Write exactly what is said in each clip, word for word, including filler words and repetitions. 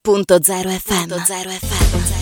Punto zero F M. Zero F M.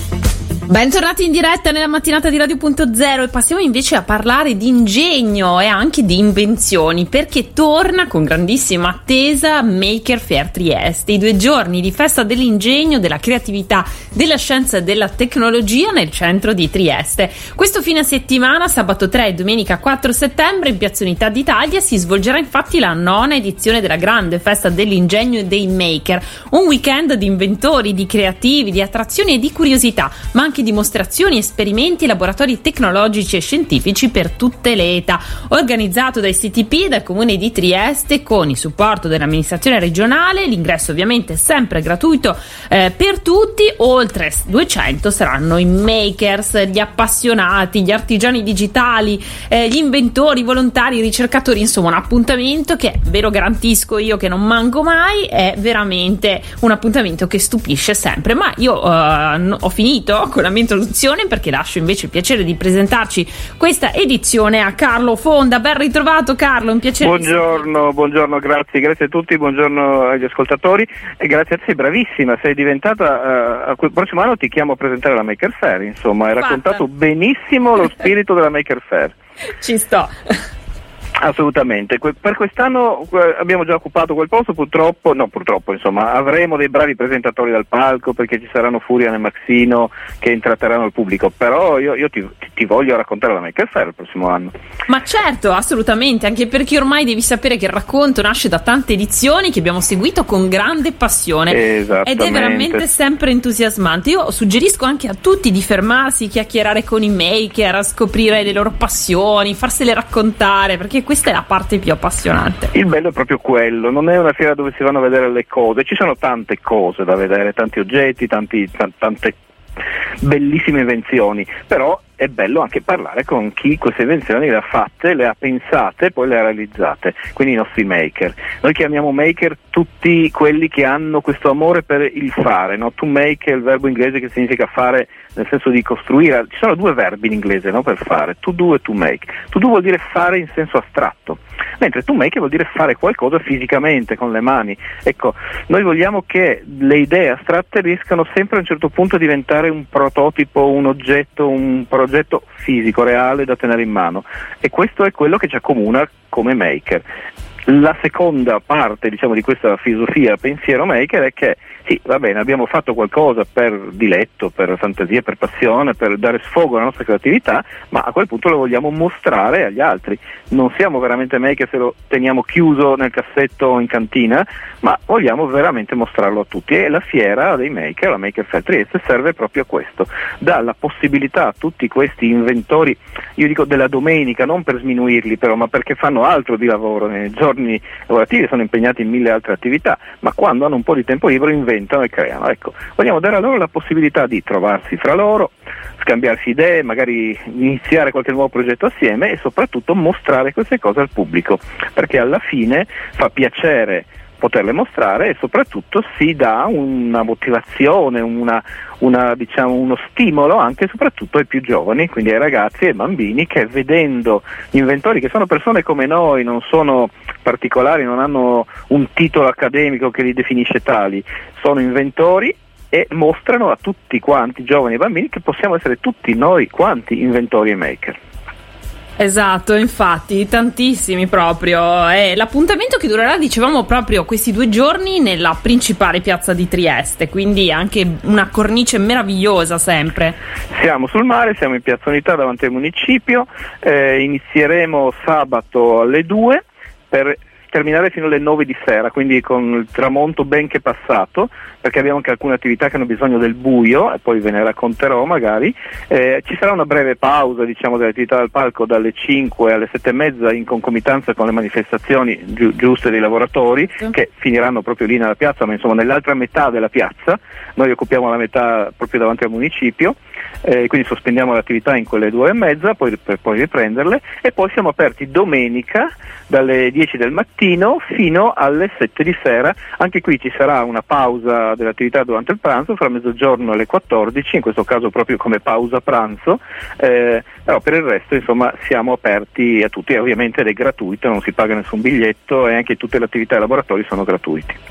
Bentornati in diretta nella mattinata di Radio Punto Zero e passiamo invece a parlare di ingegno e anche di invenzioni, perché torna con grandissima attesa Maker Faire Trieste, i due giorni di festa dell'ingegno, della creatività, della scienza e della tecnologia nel centro di Trieste. Questo fine settimana, sabato tre e domenica quattro settembre, in Piazza Unità d'Italia si svolgerà infatti la nona edizione della grande festa dell'ingegno e dei maker, un weekend di inventori, di creativi, di attrazioni e di curiosità, ma anche dimostrazioni, esperimenti e laboratori tecnologici e scientifici per tutte le età, organizzato dai C T P e dal Comune di Trieste con il supporto dell'amministrazione regionale. L'ingresso ovviamente è sempre gratuito eh, per tutti. Oltre duecento saranno i makers, gli appassionati, gli artigiani digitali, eh, gli inventori, i volontari, i ricercatori, insomma un appuntamento che, ve lo garantisco io che non manco mai, è veramente un appuntamento che stupisce sempre. Ma io eh, ho finito con la mia introduzione, perché lascio invece il piacere di presentarci questa edizione a Carlo Fonda. Ben ritrovato Carlo, un piacere. Buongiorno, buongiorno, grazie, grazie a tutti, buongiorno agli ascoltatori e grazie a te, bravissima, sei diventata, uh, il prossimo anno ti chiamo a presentare la Maker Faire, insomma, hai Fatta. raccontato benissimo lo spirito della Maker Faire. Ci sto. Assolutamente, per quest'anno abbiamo già occupato quel posto, purtroppo, no purtroppo insomma, avremo dei bravi presentatori dal palco perché ci saranno Furian e Maxino che intratterranno il pubblico, però io, io ti, ti voglio raccontare la Maker Faire il prossimo anno. Ma certo, assolutamente, anche perché ormai devi sapere che il racconto nasce da tante edizioni che abbiamo seguito con grande passione ed è veramente sempre entusiasmante. Io suggerisco anche a tutti di fermarsi, chiacchierare con i maker, scoprire le loro passioni, farsele raccontare, perché questa è la parte più appassionante. Il bello è proprio quello, non è una fiera dove si vanno a vedere le cose, ci sono tante cose da vedere, tanti oggetti, tanti, t- tante bellissime invenzioni, però è bello anche parlare con chi queste invenzioni le ha fatte, le ha pensate e poi le ha realizzate, quindi i nostri maker. Noi chiamiamo maker tutti quelli che hanno questo amore per il fare, no? To make è il verbo inglese che significa fare nel senso di costruire. Ci sono due verbi in inglese, no? Per fare, to do e to make. To do vuol dire fare in senso astratto, mentre to make vuol dire fare qualcosa fisicamente con le mani. Ecco, noi vogliamo che le idee astratte riescano sempre a un certo punto a diventare un prototipo, un oggetto, un progetto fisico, reale da tenere in mano, e questo è quello che ci accomuna come maker. La seconda parte, diciamo, di questa filosofia pensiero maker è che sì, va bene, abbiamo fatto qualcosa per diletto, per fantasia, per passione, per dare sfogo alla nostra creatività, ma a quel punto lo vogliamo mostrare agli altri. Non siamo veramente maker se lo teniamo chiuso nel cassetto o in cantina, ma vogliamo veramente mostrarlo a tutti, e la fiera dei maker, la Maker Faire Trieste, serve proprio a questo, dà la possibilità a tutti questi inventori, io dico della domenica, non per sminuirli però, ma perché fanno altro di lavoro, nei giorni lavorativi sono impegnati in mille altre attività, ma quando hanno un po' di tempo libero inventano e creano. Ecco, vogliamo dare a loro la possibilità di trovarsi fra loro, scambiarsi idee, magari iniziare qualche nuovo progetto assieme e soprattutto mostrare queste cose al pubblico, perché alla fine fa piacere poterle mostrare e soprattutto si dà una motivazione, una, una, diciamo, uno stimolo anche e soprattutto ai più giovani, quindi ai ragazzi e ai bambini, che vedendo gli inventori, che sono persone come noi, non sono particolari, non hanno un titolo accademico che li definisce tali, sono inventori e mostrano a tutti quanti, giovani e bambini, che possiamo essere tutti noi quanti inventori e maker. Esatto, infatti, tantissimi proprio. È l'appuntamento che durerà, dicevamo, proprio questi due giorni nella principale piazza di Trieste, quindi anche una cornice meravigliosa sempre. Siamo sul mare, siamo in Piazza Unità davanti al municipio, eh, inizieremo sabato alle due per terminare fino alle nove di sera, quindi con il tramonto ben che passato, perché abbiamo anche alcune attività che hanno bisogno del buio e poi ve ne racconterò magari. Eh, ci sarà una breve pausa, diciamo, delle attività del palco dalle cinque alle sette e mezza in concomitanza con le manifestazioni giu- giuste dei lavoratori, sì, che finiranno proprio lì nella piazza, ma insomma nell'altra metà della piazza. Noi occupiamo la metà proprio davanti al municipio, eh, quindi sospendiamo l'attività in quelle due e mezza poi, per poi riprenderle, e poi siamo aperti domenica dalle dieci del mattino fino alle sette di sera. Anche qui ci sarà una pausa dell'attività durante il pranzo fra mezzogiorno e le quattordici, in questo caso proprio come pausa pranzo, eh, però per il resto insomma siamo aperti a tutti, e ovviamente ed è gratuito, non si paga nessun biglietto e anche tutte le attività e i laboratori sono gratuiti.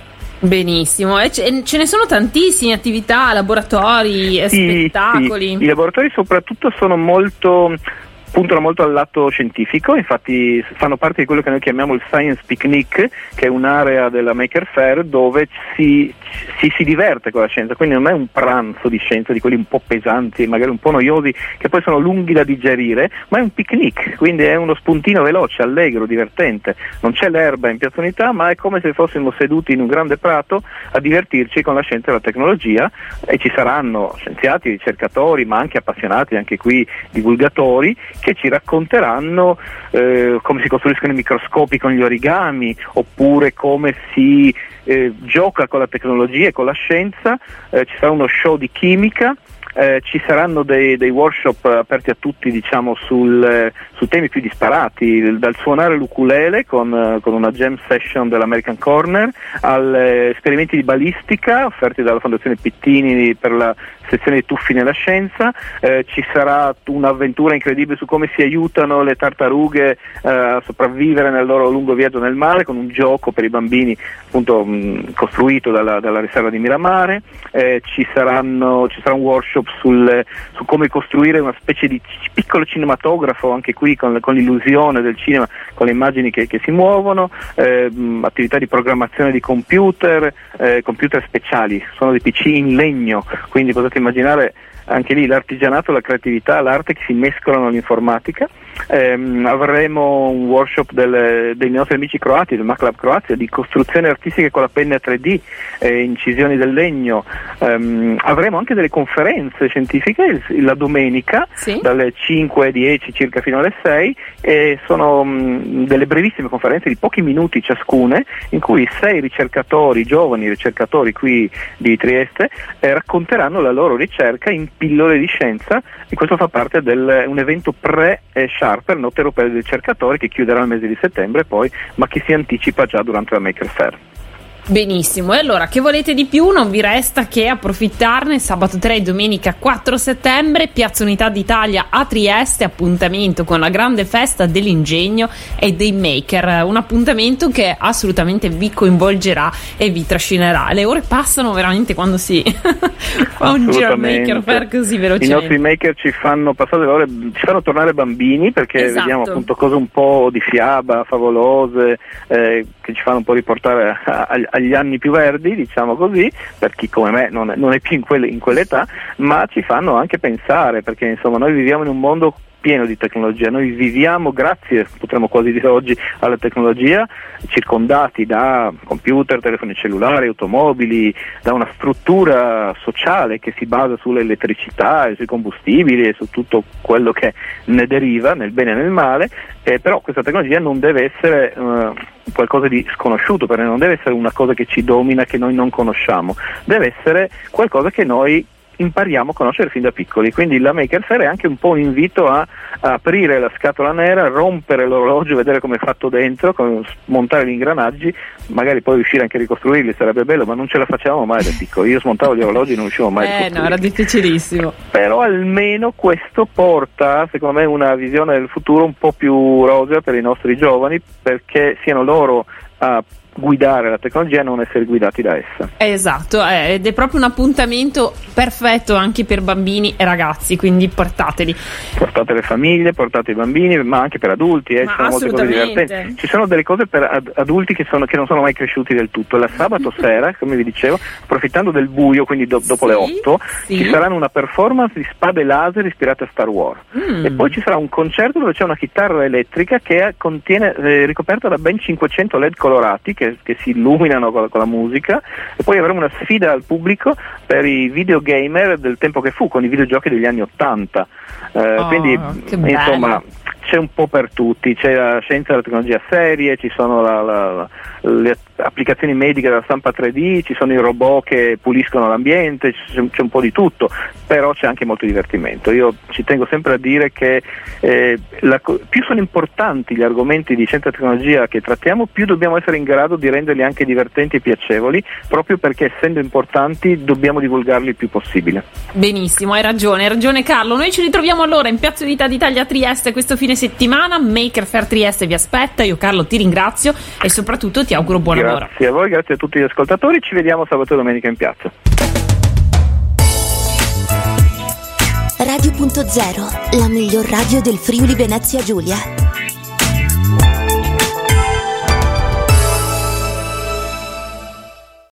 Benissimo, e ce, ce ne sono tantissime attività, laboratori, sì, spettacoli. Sì. I laboratori soprattutto sono molto puntano molto al lato scientifico, infatti fanno parte di quello che noi chiamiamo il Science Picnic, che è un'area della Maker Faire dove si, si, si diverte con la scienza, quindi non è un pranzo di scienza di quelli un po' pesanti, magari un po' noiosi, che poi sono lunghi da digerire, ma è un picnic, quindi è uno spuntino veloce, allegro, divertente. Non c'è l'erba in Piazza Unità, ma è come se fossimo seduti in un grande prato a divertirci con la scienza e la tecnologia, e ci saranno scienziati, ricercatori, ma anche appassionati, anche qui divulgatori, che ci racconteranno eh, come si costruiscono i microscopi con gli origami, oppure come si eh, gioca con la tecnologia e con la scienza. Eh, ci sarà uno show di chimica. Eh, ci saranno dei, dei workshop aperti a tutti, diciamo, sul, eh, su temi più disparati, dal suonare l'ukulele con, eh, con una jam session dell'American Corner, agli eh, esperimenti di balistica offerti dalla Fondazione Pittini per la sezione di tuffi nella scienza. Eh, ci sarà un'avventura incredibile su come si aiutano le tartarughe eh, a sopravvivere nel loro lungo viaggio nel mare, con un gioco per i bambini appunto mh, costruito dalla, dalla riserva di Miramare. Eh, ci saranno, ci sarà un workshop Sul, su come costruire una specie di piccolo cinematografo, anche qui con, con l'illusione del cinema, con le immagini che, che si muovono, eh, attività di programmazione di computer, eh, computer speciali, sono dei P C in legno, quindi potete immaginare anche lì l'artigianato, la creatività, l'arte che si mescolano all'informatica. Ehm, avremo un workshop del, dei nostri amici croati del MACLAB Croazia di costruzioni artistiche con la penna tre D, eh, incisioni del legno. Ehm, avremo anche delle conferenze scientifiche la domenica, sì, dalle cinque e dieci circa fino alle sei, e sono mh, delle brevissime conferenze di pochi minuti ciascune, in cui sei ricercatori, giovani ricercatori qui di Trieste, eh, racconteranno la loro ricerca in pillole di scienza, e questo fa parte di un evento pre-Sharper, Notte Europea dei Ricercatori, che chiuderà il mese di settembre poi, ma che si anticipa già durante la Maker Faire. Benissimo, e allora che volete di più? Non vi resta che approfittarne. Sabato tre e domenica quattro settembre, Piazza Unità d'Italia a Trieste, appuntamento con la grande festa dell'ingegno e dei maker, un appuntamento che assolutamente vi coinvolgerà e vi trascinerà. Le ore passano veramente quando si fa un giro al Maker Faire così velocemente. I nostri maker ci fanno passare le ore, ci fanno tornare bambini, perché esatto, vediamo appunto cose un po' di fiaba, favolose, eh, che ci fanno un po' riportare a, a, agli anni più verdi, diciamo così, per chi come me non è, non è più in, quelle, in quell'età, ma ci fanno anche pensare, perché insomma noi viviamo in un mondo pieno di tecnologia, noi viviamo grazie, potremmo quasi dire oggi, alla tecnologia, circondati da computer, telefoni cellulari, automobili, da una struttura sociale che si basa sull'elettricità e sui combustibili e su tutto quello che ne deriva, nel bene e nel male, eh, però questa tecnologia non deve essere uh, qualcosa di sconosciuto, perché non deve essere una cosa che ci domina, che noi non conosciamo, deve essere qualcosa che noi impariamo a conoscere fin da piccoli. Quindi la Maker Faire è anche un po' un invito a, a aprire la scatola nera, rompere l'orologio, vedere come è fatto dentro, montare gli ingranaggi, magari poi riuscire anche a ricostruirli, sarebbe bello, ma non ce la facevamo mai da piccoli. Io smontavo gli orologi e non riuscivo mai eh, a ricostruirli. No, era difficilissimo. Però almeno questo porta, secondo me, una visione del futuro un po' più rosea per i nostri giovani, perché siano loro a guidare la tecnologia e non essere guidati da essa. Esatto, eh, ed è proprio un appuntamento perfetto anche per bambini e ragazzi, quindi portateli. Portate le famiglie, portate i bambini, ma anche per adulti, eh, ci sono molte cose divertenti. Ci sono delle cose per ad- adulti che, sono, che non sono mai cresciuti del tutto. La sabato sera, come vi dicevo, approfittando del buio, quindi do- dopo sì, le otto, sì, ci saranno una performance di spade laser ispirate a Star Wars. Mm. E poi ci sarà un concerto dove c'è una chitarra elettrica che contiene eh, ricoperta da ben cinquecento L E D colorati che Che, che si illuminano con la, con la musica, e poi avremo una sfida al pubblico per i videogamer del tempo che fu, con i videogiochi degli anni ottanta. Eh, oh, quindi insomma c'è un po' per tutti, c'è la scienza e la tecnologia serie, ci sono la, la, la, le applicazioni mediche della stampa tre D, ci sono i robot che puliscono l'ambiente, c'è, c'è un po' di tutto. però c'è anche molto divertimento. Io ci tengo sempre a dire che eh, la, più sono importanti gli argomenti di scienza e tecnologia che trattiamo, più dobbiamo essere in grado di renderli anche divertenti e piacevoli, proprio perché essendo importanti dobbiamo divulgarli il più possibile. Benissimo, hai ragione, hai ragione Carlo. Noi ci ritroviamo allora in Piazza Unità d'Italia a Trieste questo fine settimana. Maker Faire Trieste vi aspetta. Io Carlo ti ringrazio e soprattutto ti auguro buon grazie lavoro. Grazie a voi, grazie a tutti gli ascoltatori, ci vediamo sabato e domenica in piazza. Radio punto zero, la miglior radio del Friuli Venezia Giulia.